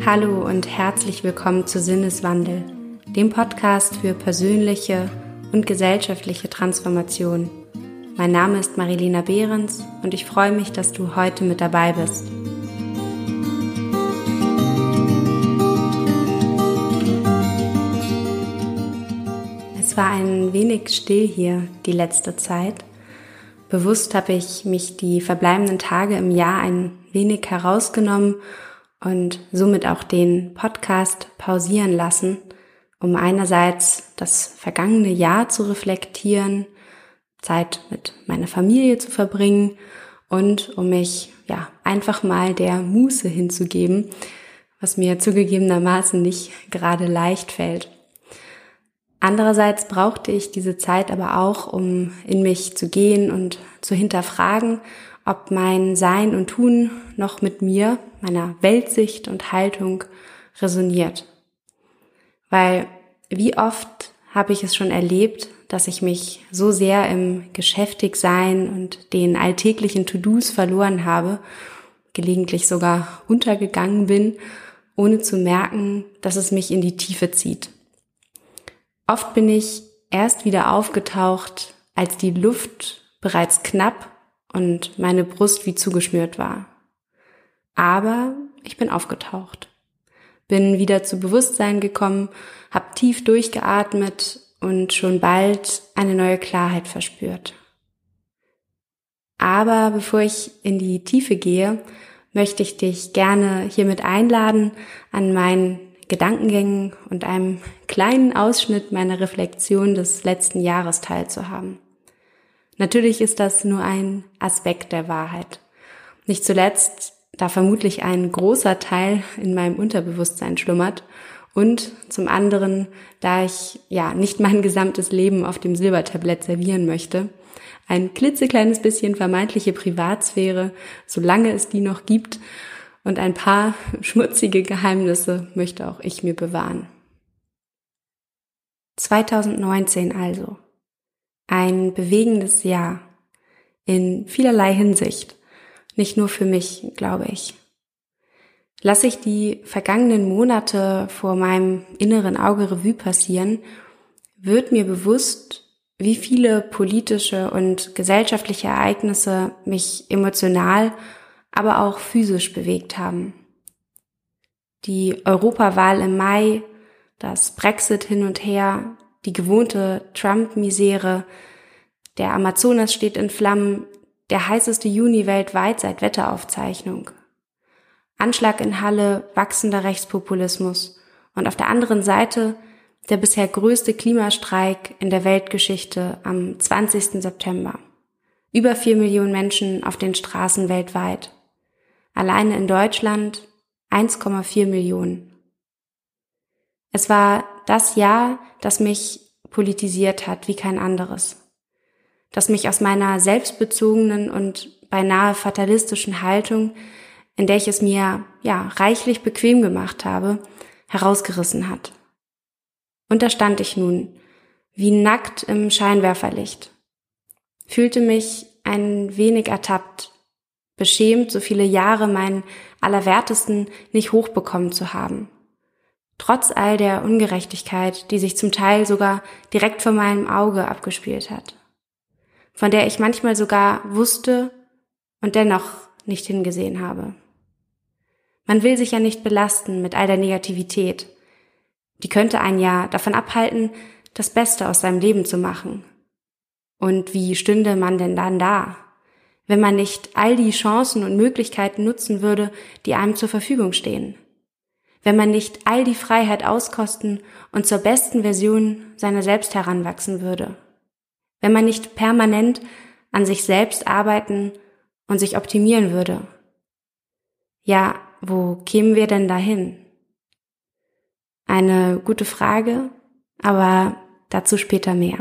Hallo und herzlich willkommen zu Sinneswandel, dem Podcast für persönliche und gesellschaftliche Transformation. Mein Name ist Marilena Behrens und ich freue mich, dass du heute mit dabei bist. Es war ein wenig still hier die letzte Zeit. Bewusst habe ich mich die verbleibenden Tage im Jahr ein wenig herausgenommen und somit auch den Podcast pausieren lassen, um einerseits das vergangene Jahr zu reflektieren, Zeit mit meiner Familie zu verbringen und um mich einfach mal der Muße hinzugeben, was mir zugegebenermaßen nicht gerade leicht fällt. Andererseits brauchte ich diese Zeit aber auch, um in mich zu gehen und zu hinterfragen, ob mein Sein und Tun noch mit mir, meiner Weltsicht und Haltung resoniert. Weil wie oft habe ich es schon erlebt, dass ich mich so sehr im Geschäftigsein und den alltäglichen To-Dos verloren habe, gelegentlich sogar untergegangen bin, ohne zu merken, dass es mich in die Tiefe zieht. Oft bin ich erst wieder aufgetaucht, als die Luft bereits knapp und meine Brust wie zugeschnürt war. Aber ich bin aufgetaucht, bin wieder zu Bewusstsein gekommen, habe tief durchgeatmet und schon bald eine neue Klarheit verspürt. Aber bevor ich in die Tiefe gehe, möchte ich dich gerne hiermit einladen, an meinen Gedankengängen und einem kleinen Ausschnitt meiner Reflexion des letzten Jahres teilzuhaben. Natürlich ist das nur ein Aspekt der Wahrheit. Nicht zuletzt, da vermutlich ein großer Teil in meinem Unterbewusstsein schlummert und zum anderen, da ich nicht mein gesamtes Leben auf dem Silbertablett servieren möchte, ein klitzekleines bisschen vermeintliche Privatsphäre, solange es die noch gibt, und ein paar schmutzige Geheimnisse möchte auch ich mir bewahren. 2019 also. Ein bewegendes Jahr. In vielerlei Hinsicht. Nicht nur für mich, glaube ich. Lasse ich die vergangenen Monate vor meinem inneren Auge Revue passieren, wird mir bewusst, wie viele politische und gesellschaftliche Ereignisse mich emotional, aber auch physisch bewegt haben. Die Europawahl im Mai, das Brexit hin und her, die gewohnte Trump-Misere, der Amazonas steht in Flammen, der heißeste Juni weltweit seit Wetteraufzeichnung. Anschlag in Halle, wachsender Rechtspopulismus und auf der anderen Seite der bisher größte Klimastreik in der Weltgeschichte am 20. September. Über 4 Millionen Menschen auf den Straßen weltweit. Alleine in Deutschland 1,4 Millionen. Es war das Jahr, das mich politisiert hat wie kein anderes. Das mich aus meiner selbstbezogenen und beinahe fatalistischen Haltung, in der ich es mir reichlich bequem gemacht habe, herausgerissen hat. Und da stand ich nun, wie nackt im Scheinwerferlicht, fühlte mich ein wenig ertappt, beschämt, so viele Jahre meinen Allerwertesten nicht hochbekommen zu haben. Trotz all der Ungerechtigkeit, die sich zum Teil sogar direkt vor meinem Auge abgespielt hat. Von der ich manchmal sogar wusste und dennoch nicht hingesehen habe. Man will sich ja nicht belasten mit all der Negativität. Die könnte einen ja davon abhalten, das Beste aus seinem Leben zu machen. Und wie stünde man denn dann da, wenn man nicht all die Chancen und Möglichkeiten nutzen würde, die einem zur Verfügung stehen? Wenn man nicht all die Freiheit auskosten und zur besten Version seiner selbst heranwachsen würde? Wenn man nicht permanent an sich selbst arbeiten und sich optimieren würde? Ja, wo kämen wir denn dahin? Eine gute Frage, aber dazu später mehr.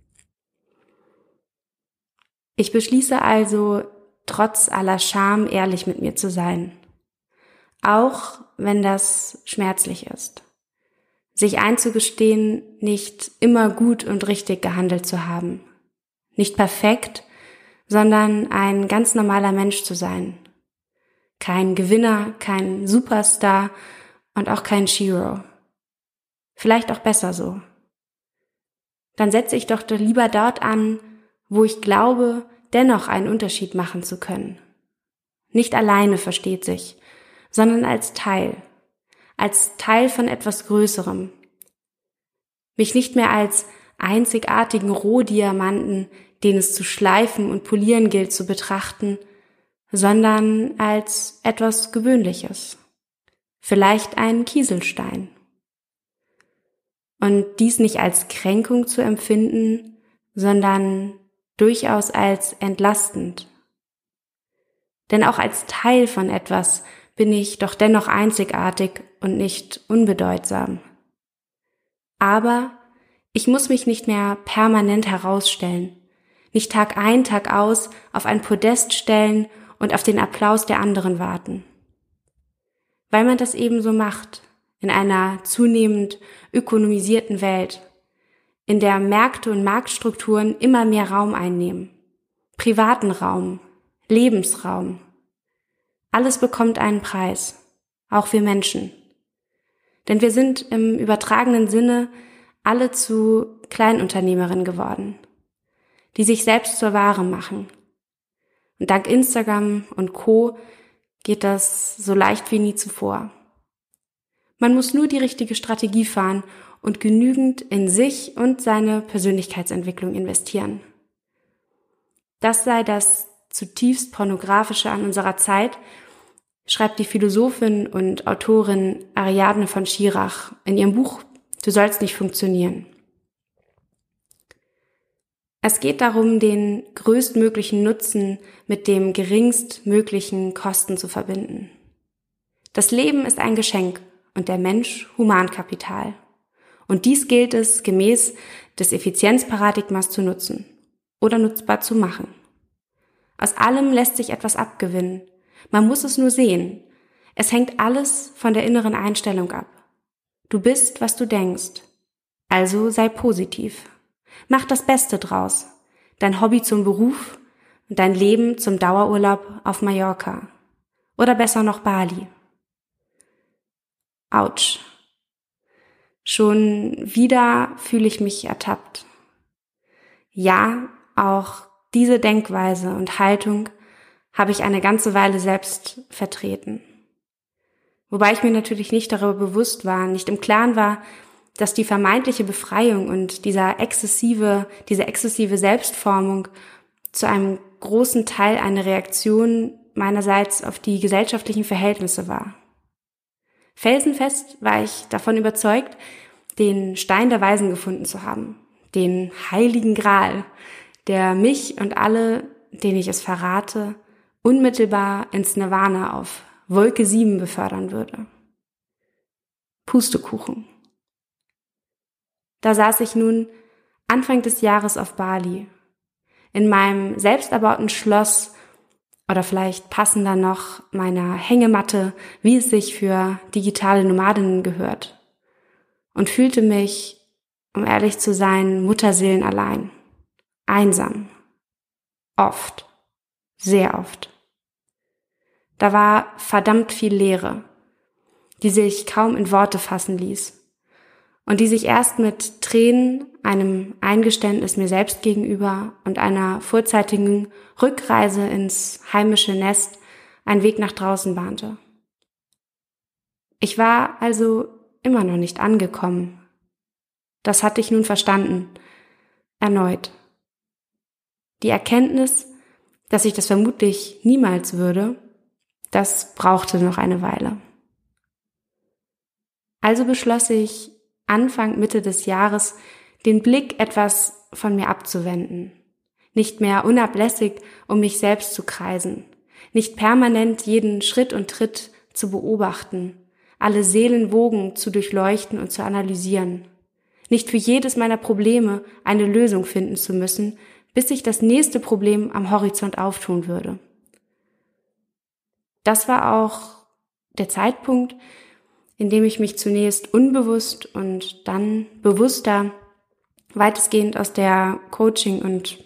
Ich beschließe also, trotz aller Scham ehrlich mit mir zu sein. Auch wenn das schmerzlich ist. Sich einzugestehen, nicht immer gut und richtig gehandelt zu haben. Nicht perfekt, sondern ein ganz normaler Mensch zu sein. Kein Gewinner, kein Superstar und auch kein Shiro. Vielleicht auch besser so. Dann setze ich doch lieber dort an, wo ich glaube, dennoch einen Unterschied machen zu können. Nicht alleine, versteht sich, sondern als Teil von etwas Größerem. Mich nicht mehr als einzigartigen Rohdiamanten, den es zu schleifen und polieren gilt, zu betrachten, sondern als etwas Gewöhnliches. Vielleicht einen Kieselstein. Und dies nicht als Kränkung zu empfinden, sondern durchaus als entlastend. Denn auch als Teil von etwas bin ich doch dennoch einzigartig und nicht unbedeutsam. Aber ich muss mich nicht mehr permanent herausstellen, nicht Tag ein, Tag aus auf ein Podest stellen und auf den Applaus der anderen warten. Weil man das eben so macht, in einer zunehmend ökonomisierten Welt, in der Märkte und Marktstrukturen immer mehr Raum einnehmen. Privaten Raum, Lebensraum. Alles bekommt einen Preis, auch wir Menschen. Denn wir sind im übertragenen Sinne alle zu Kleinunternehmerinnen geworden, die sich selbst zur Ware machen. Und dank Instagram und Co. geht das so leicht wie nie zuvor. Man muss nur die richtige Strategie fahren und genügend in sich und seine Persönlichkeitsentwicklung investieren. Das sei das zutiefst Pornografische an unserer Zeit, schreibt die Philosophin und Autorin Ariadne von Schirach in ihrem Buch Du sollst nicht funktionieren. Es geht darum, den größtmöglichen Nutzen mit dem geringstmöglichen Kosten zu verbinden. Das Leben ist ein Geschenk und der Mensch Humankapital. Und dies gilt es gemäß des Effizienzparadigmas zu nutzen oder nutzbar zu machen. Aus allem lässt sich etwas abgewinnen. Man muss es nur sehen. Es hängt alles von der inneren Einstellung ab. Du bist, was du denkst. Also sei positiv. Mach das Beste draus. Dein Hobby zum Beruf und dein Leben zum Dauerurlaub auf Mallorca. Oder besser noch Bali. Autsch. Schon wieder fühle ich mich ertappt. Ja, auch diese Denkweise und Haltung habe ich eine ganze Weile selbst vertreten. Wobei ich mir natürlich nicht darüber bewusst war, nicht im Klaren war, dass die vermeintliche Befreiung und diese exzessive Selbstformung zu einem großen Teil eine Reaktion meinerseits auf die gesellschaftlichen Verhältnisse war. Felsenfest war ich davon überzeugt, den Stein der Weisen gefunden zu haben, den heiligen Gral, der mich und alle, denen ich es verrate, unmittelbar ins Nirvana auf Wolke 7 befördern würde. Pustekuchen. Da saß ich nun Anfang des Jahres auf Bali, in meinem selbst erbauten Schloss oder vielleicht passender noch meiner Hängematte, wie es sich für digitale Nomadinnen gehört, und fühlte mich, um ehrlich zu sein, mutterseelenallein, einsam, oft, sehr oft. Da war verdammt viel Leere, die sich kaum in Worte fassen ließ und die sich erst mit Tränen, einem Eingeständnis mir selbst gegenüber und einer vorzeitigen Rückreise ins heimische Nest einen Weg nach draußen bahnte. Ich war also immer noch nicht angekommen. Das hatte ich nun verstanden. Erneut. Die Erkenntnis, dass ich das vermutlich niemals würde, das brauchte noch eine Weile. Also beschloss ich, Anfang, Mitte des Jahres den Blick etwas von mir abzuwenden. Nicht mehr unablässig um mich selbst zu kreisen. Nicht permanent jeden Schritt und Tritt zu beobachten. Alle Seelenwogen zu durchleuchten und zu analysieren. Nicht für jedes meiner Probleme eine Lösung finden zu müssen, bis sich das nächste Problem am Horizont auftun würde. Das war auch der Zeitpunkt, in dem ich mich zunächst unbewusst und dann bewusster weitestgehend aus der Coaching- und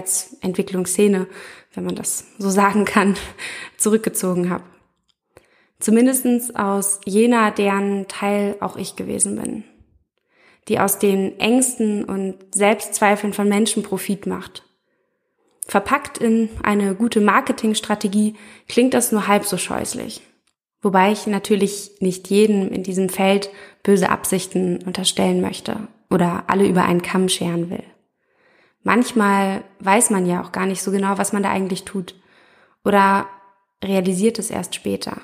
Persönlichkeitsentwicklungsszene, wenn man das so sagen kann, zurückgezogen habe. Zumindest aus jener, deren Teil auch ich gewesen bin, die aus den Ängsten und Selbstzweifeln von Menschen Profit macht. Verpackt in eine gute Marketingstrategie klingt das nur halb so scheußlich. Wobei ich natürlich nicht jedem in diesem Feld böse Absichten unterstellen möchte oder alle über einen Kamm scheren will. Manchmal weiß man ja auch gar nicht so genau, was man da eigentlich tut oder realisiert es erst später.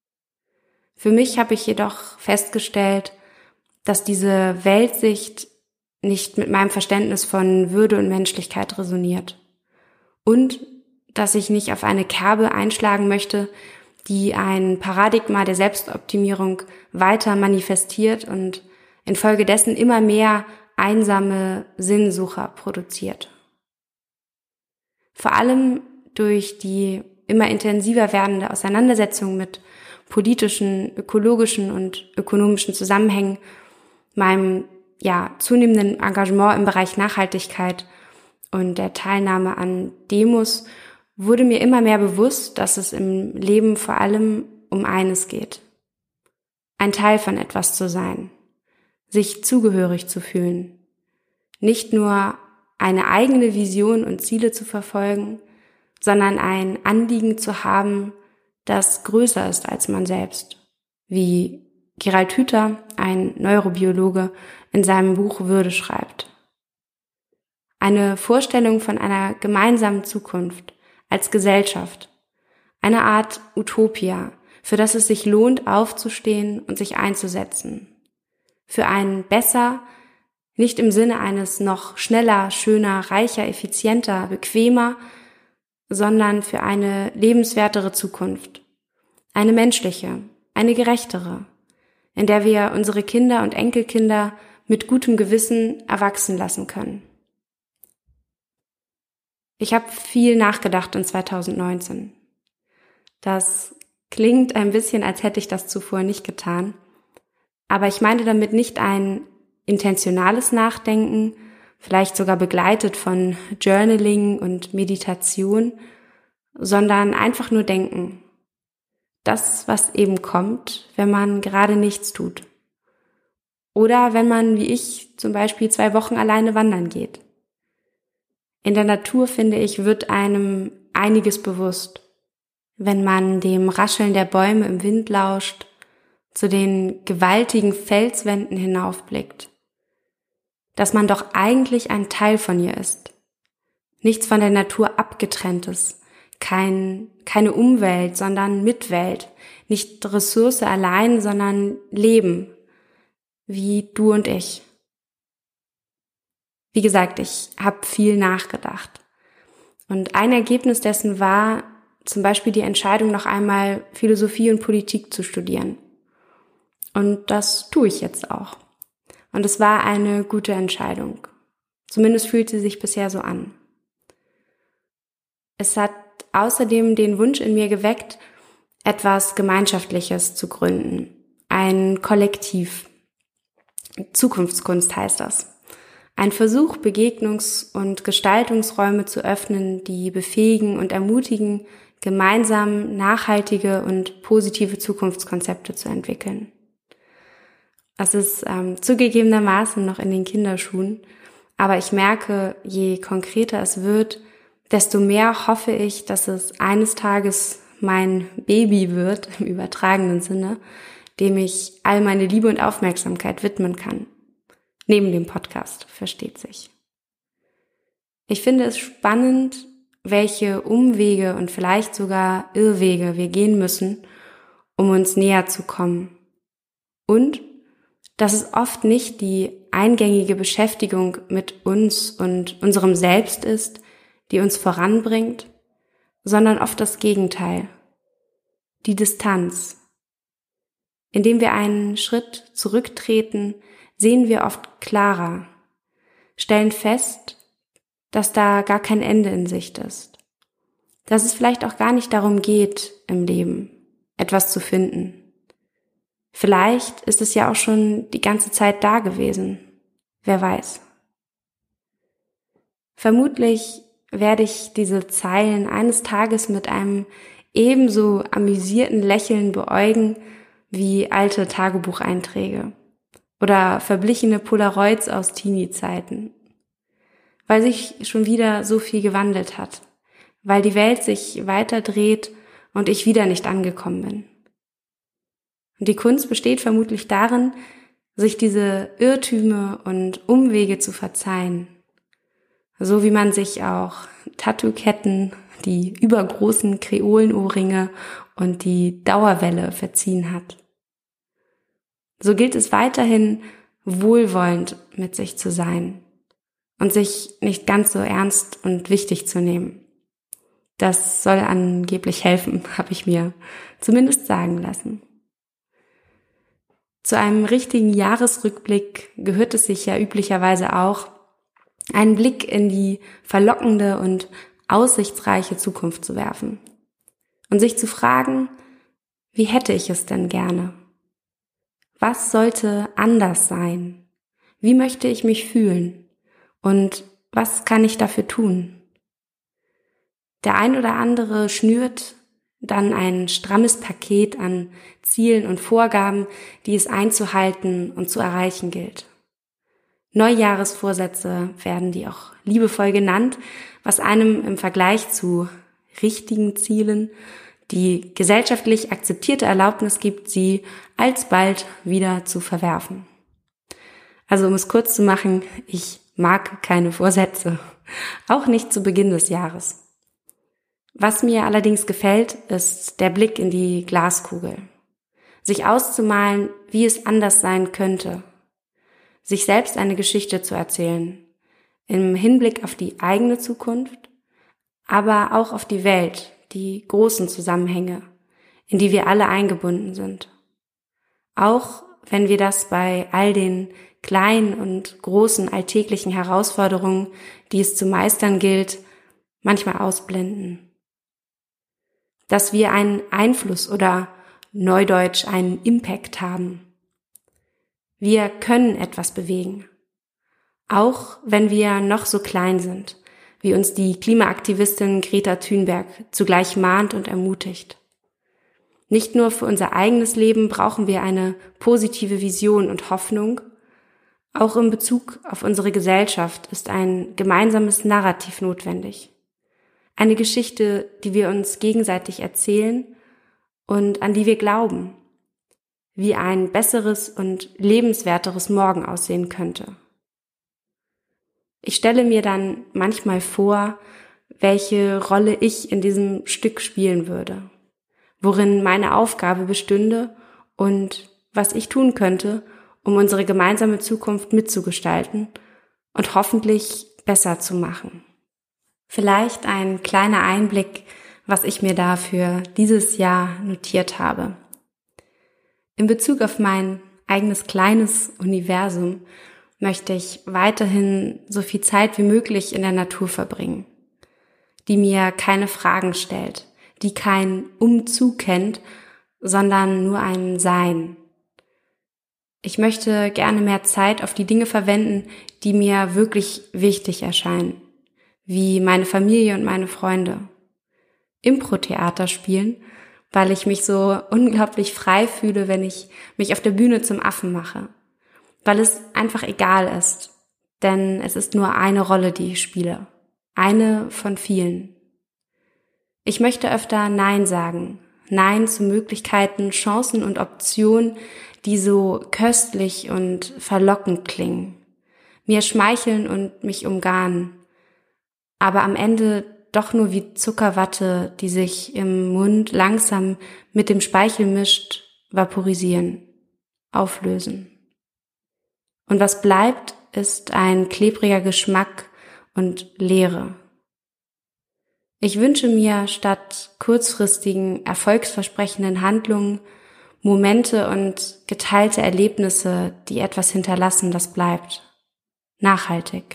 Für mich habe ich jedoch festgestellt, dass diese Weltsicht nicht mit meinem Verständnis von Würde und Menschlichkeit resoniert und dass ich nicht auf eine Kerbe einschlagen möchte, die ein Paradigma der Selbstoptimierung weiter manifestiert und infolgedessen immer mehr einsame Sinnsucher produziert. Vor allem durch die immer intensiver werdende Auseinandersetzung mit politischen, ökologischen und ökonomischen Zusammenhängen, meinem zunehmenden Engagement im Bereich Nachhaltigkeit und der Teilnahme an Demos wurde mir immer mehr bewusst, dass es im Leben vor allem um eines geht: ein Teil von etwas zu sein, sich zugehörig zu fühlen, nicht nur eine eigene Vision und Ziele zu verfolgen, sondern ein Anliegen zu haben, das größer ist als man selbst, wie Gerald Hüther, ein Neurobiologe, in seinem Buch Würde schreibt. Eine Vorstellung von einer gemeinsamen Zukunft als Gesellschaft, eine Art Utopia, für das es sich lohnt, aufzustehen und sich einzusetzen. Für ein besser, nicht im Sinne eines noch schneller, schöner, reicher, effizienter, bequemer, sondern für eine lebenswertere Zukunft. Eine menschliche, eine gerechtere, in der wir unsere Kinder und Enkelkinder mit gutem Gewissen erwachsen lassen können. Ich habe viel nachgedacht in 2019. Das klingt ein bisschen, als hätte ich das zuvor nicht getan, aber ich meine damit nicht ein intentionales Nachdenken, vielleicht sogar begleitet von Journaling und Meditation, sondern einfach nur denken. Das, was eben kommt, wenn man gerade nichts tut. Oder wenn man, wie ich, zum Beispiel 2 Wochen alleine wandern geht. In der Natur, finde ich, wird einem einiges bewusst, wenn man dem Rascheln der Bäume im Wind lauscht, zu den gewaltigen Felswänden hinaufblickt, dass man doch eigentlich ein Teil von ihr ist. Nichts von der Natur abgetrenntes, keine Umwelt, sondern Mitwelt, nicht Ressource allein, sondern Leben, wie du und ich. Wie gesagt, ich habe viel nachgedacht. Und ein Ergebnis dessen war zum Beispiel die Entscheidung, noch einmal Philosophie und Politik zu studieren. Und das tue ich jetzt auch. Und es war eine gute Entscheidung. Zumindest fühlt sie sich bisher so an. Es hat außerdem den Wunsch in mir geweckt, etwas Gemeinschaftliches zu gründen. Ein Kollektiv. Zukunftskunst heißt das. Ein Versuch, Begegnungs- und Gestaltungsräume zu öffnen, die befähigen und ermutigen, gemeinsam nachhaltige und positive Zukunftskonzepte zu entwickeln. Es ist zugegebenermaßen noch in den Kinderschuhen, aber ich merke, je konkreter es wird, desto mehr hoffe ich, dass es eines Tages mein Baby wird, im übertragenen Sinne, dem ich all meine Liebe und Aufmerksamkeit widmen kann. Neben dem Podcast, versteht sich. Ich finde es spannend, welche Umwege und vielleicht sogar Irrwege wir gehen müssen, um uns näher zu kommen. Und dass es oft nicht die eingängige Beschäftigung mit uns und unserem Selbst ist, die uns voranbringt, sondern oft das Gegenteil, die Distanz. Indem wir einen Schritt zurücktreten, sehen wir oft klarer, stellen fest, dass da gar kein Ende in Sicht ist. Dass es vielleicht auch gar nicht darum geht, im Leben etwas zu finden. Vielleicht ist es ja auch schon die ganze Zeit da gewesen. Wer weiß. Vermutlich werde ich diese Zeilen eines Tages mit einem ebenso amüsierten Lächeln beäugen wie alte Tagebucheinträge oder verblichene Polaroids aus Teenie-Zeiten. Weil sich schon wieder so viel gewandelt hat, weil die Welt sich weiter dreht und ich wieder nicht angekommen bin. Und die Kunst besteht vermutlich darin, sich diese Irrtüme und Umwege zu verzeihen. So wie man sich auch Tattoo-Ketten, die übergroßen Kreolenohrringe und die Dauerwelle verziehen hat. So gilt es weiterhin, wohlwollend mit sich zu sein und sich nicht ganz so ernst und wichtig zu nehmen. Das soll angeblich helfen, habe ich mir zumindest sagen lassen. Zu einem richtigen Jahresrückblick gehört es sich ja üblicherweise auch, einen Blick in die verlockende und aussichtsreiche Zukunft zu werfen und sich zu fragen, wie hätte ich es denn gerne? Was sollte anders sein? Wie möchte ich mich fühlen? Und was kann ich dafür tun? Der ein oder andere schnürt dann ein strammes Paket an Zielen und Vorgaben, die es einzuhalten und zu erreichen gilt. Neujahresvorsätze werden die auch liebevoll genannt, was einem im Vergleich zu richtigen Zielen die gesellschaftlich akzeptierte Erlaubnis gibt, sie alsbald wieder zu verwerfen. Also um es kurz zu machen, ich mag keine Vorsätze, auch nicht zu Beginn des Jahres. Was mir allerdings gefällt, ist der Blick in die Glaskugel. Sich auszumalen, wie es anders sein könnte. Sich selbst eine Geschichte zu erzählen. Im Hinblick auf die eigene Zukunft, aber auch auf die Welt, die großen Zusammenhänge, in die wir alle eingebunden sind. Auch wenn wir das bei all den kleinen und großen alltäglichen Herausforderungen, die es zu meistern gilt, manchmal ausblenden. Dass wir einen Einfluss oder neudeutsch einen Impact haben. Wir können etwas bewegen. Auch wenn wir noch so klein sind, wie uns die Klimaaktivistin Greta Thunberg zugleich mahnt und ermutigt. Nicht nur für unser eigenes Leben brauchen wir eine positive Vision und Hoffnung, auch in Bezug auf unsere Gesellschaft ist ein gemeinsames Narrativ notwendig. Eine Geschichte, die wir uns gegenseitig erzählen und an die wir glauben, wie ein besseres und lebenswerteres Morgen aussehen könnte. Ich stelle mir dann manchmal vor, welche Rolle ich in diesem Stück spielen würde, worin meine Aufgabe bestünde und was ich tun könnte, um unsere gemeinsame Zukunft mitzugestalten und hoffentlich besser zu machen. Vielleicht ein kleiner Einblick, was ich mir da für dieses Jahr notiert habe. In Bezug auf mein eigenes kleines Universum möchte ich weiterhin so viel Zeit wie möglich in der Natur verbringen, die mir keine Fragen stellt, die kein Umzug kennt, sondern nur ein Sein. Ich möchte gerne mehr Zeit auf die Dinge verwenden, die mir wirklich wichtig erscheinen, wie meine Familie und meine Freunde. Impro-Theater spielen, weil ich mich so unglaublich frei fühle, wenn ich mich auf der Bühne zum Affen mache. Weil es einfach egal ist, denn es ist nur eine Rolle, die ich spiele. Eine von vielen. Ich möchte öfter Nein sagen. Nein zu Möglichkeiten, Chancen und Optionen, die so köstlich und verlockend klingen. Mir schmeicheln und mich umgarnen. Aber am Ende doch nur wie Zuckerwatte, die sich im Mund langsam mit dem Speichel mischt, vaporisieren, auflösen. Und was bleibt, ist ein klebriger Geschmack und Leere. Ich wünsche mir statt kurzfristigen, erfolgsversprechenden Handlungen Momente und geteilte Erlebnisse, die etwas hinterlassen, das bleibt. Nachhaltig.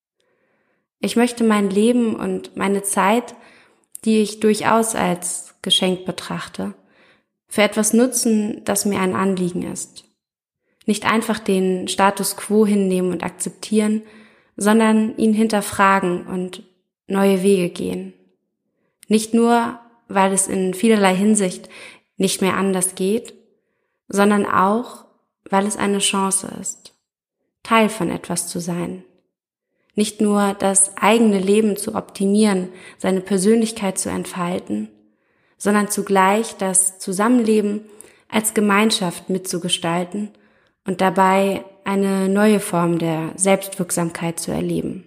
Ich möchte mein Leben und meine Zeit, die ich durchaus als Geschenk betrachte, für etwas nutzen, das mir ein Anliegen ist. Nicht einfach den Status quo hinnehmen und akzeptieren, sondern ihn hinterfragen und neue Wege gehen. Nicht nur, weil es in vielerlei Hinsicht nicht mehr anders geht, sondern auch, weil es eine Chance ist, Teil von etwas zu sein. Nicht nur das eigene Leben zu optimieren, seine Persönlichkeit zu entfalten, sondern zugleich das Zusammenleben als Gemeinschaft mitzugestalten und dabei eine neue Form der Selbstwirksamkeit zu erleben.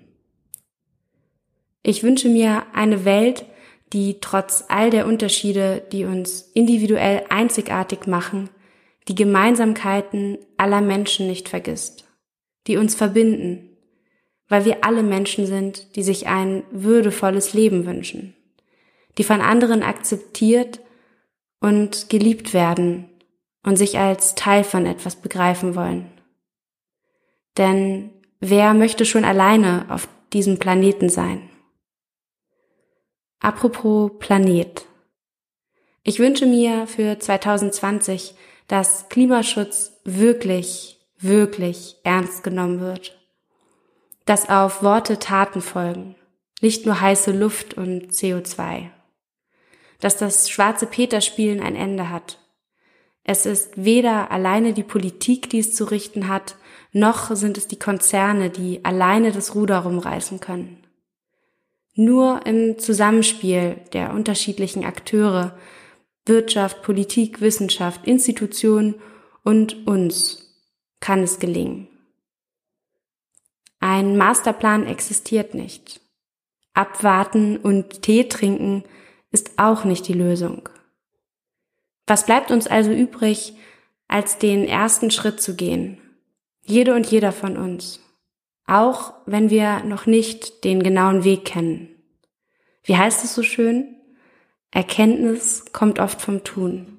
Ich wünsche mir eine Welt, die trotz all der Unterschiede, die uns individuell einzigartig machen, die Gemeinsamkeiten aller Menschen nicht vergisst, die uns verbinden, weil wir alle Menschen sind, die sich ein würdevolles Leben wünschen, die von anderen akzeptiert und geliebt werden und sich als Teil von etwas begreifen wollen. Denn wer möchte schon alleine auf diesem Planeten sein? Apropos Planet. Ich wünsche mir für 2020, dass Klimaschutz wirklich, wirklich ernst genommen wird. Dass auf Worte Taten folgen, nicht nur heiße Luft und CO2. Dass das schwarze Peter-Spielen ein Ende hat. Es ist weder alleine die Politik, die es zu richten hat, noch sind es die Konzerne, die alleine das Ruder rumreißen können. Nur im Zusammenspiel der unterschiedlichen Akteure, Wirtschaft, Politik, Wissenschaft, Institutionen und uns kann es gelingen. Ein Masterplan existiert nicht. Abwarten und Tee trinken ist auch nicht die Lösung. Was bleibt uns also übrig, als den ersten Schritt zu gehen? Jede und jeder von uns. Auch wenn wir noch nicht den genauen Weg kennen. Wie heißt es so schön? Erkenntnis kommt oft vom Tun.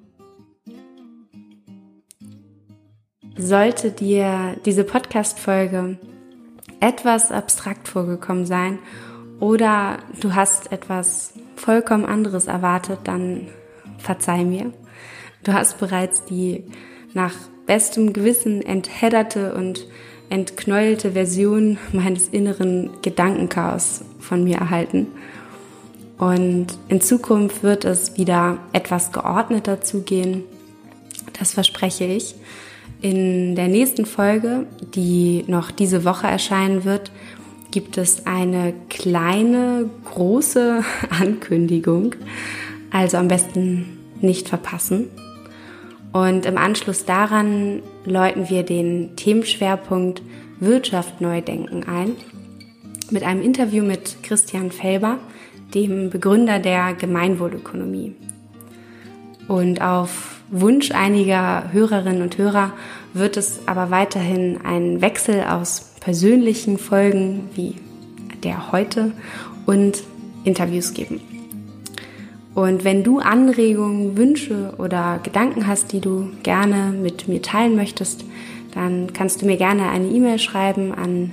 Sollte dir diese Podcast-Folge etwas abstrakt vorgekommen sein oder du hast etwas vollkommen anderes erwartet, dann verzeih mir. Du hast bereits die nach bestem Gewissen enthedderte und entknäuelte Version meines inneren Gedankenchaos von mir erhalten. Und in Zukunft wird es wieder etwas geordneter zugehen. Das verspreche ich. In der nächsten Folge, die noch diese Woche erscheinen wird, gibt es eine kleine, große Ankündigung. Also am besten nicht verpassen. Und im Anschluss daran läuten wir den Themenschwerpunkt Wirtschaft neu denken ein. Mit einem Interview mit Christian Felber, dem Begründer der Gemeinwohlökonomie. Und auf Wunsch einiger Hörerinnen und Hörer wird es aber weiterhin einen Wechsel aus persönlichen Folgen wie der heute und Interviews geben. Und wenn du Anregungen, Wünsche oder Gedanken hast, die du gerne mit mir teilen möchtest, dann kannst du mir gerne eine E-Mail schreiben an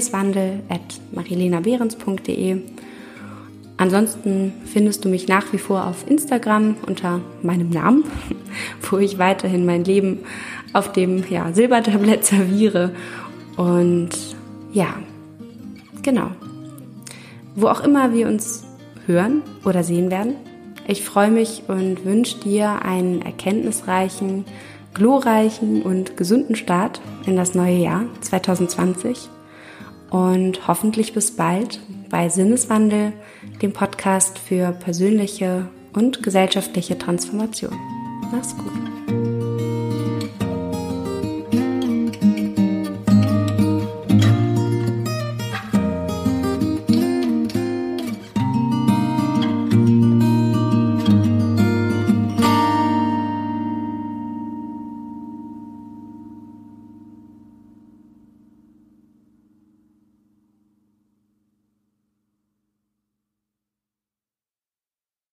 sinneswandel@marilenabehrens.de. Ansonsten findest du mich nach wie vor auf Instagram unter meinem Namen, wo ich weiterhin mein Leben auf dem Silbertablett serviere. Und ja, genau. Wo auch immer wir uns hören oder sehen werden, ich freue mich und wünsche dir einen erkenntnisreichen, glorreichen und gesunden Start in das neue Jahr 2020 und hoffentlich bis bald bei Sinneswandel, dem Podcast für persönliche und gesellschaftliche Transformation. Mach's gut.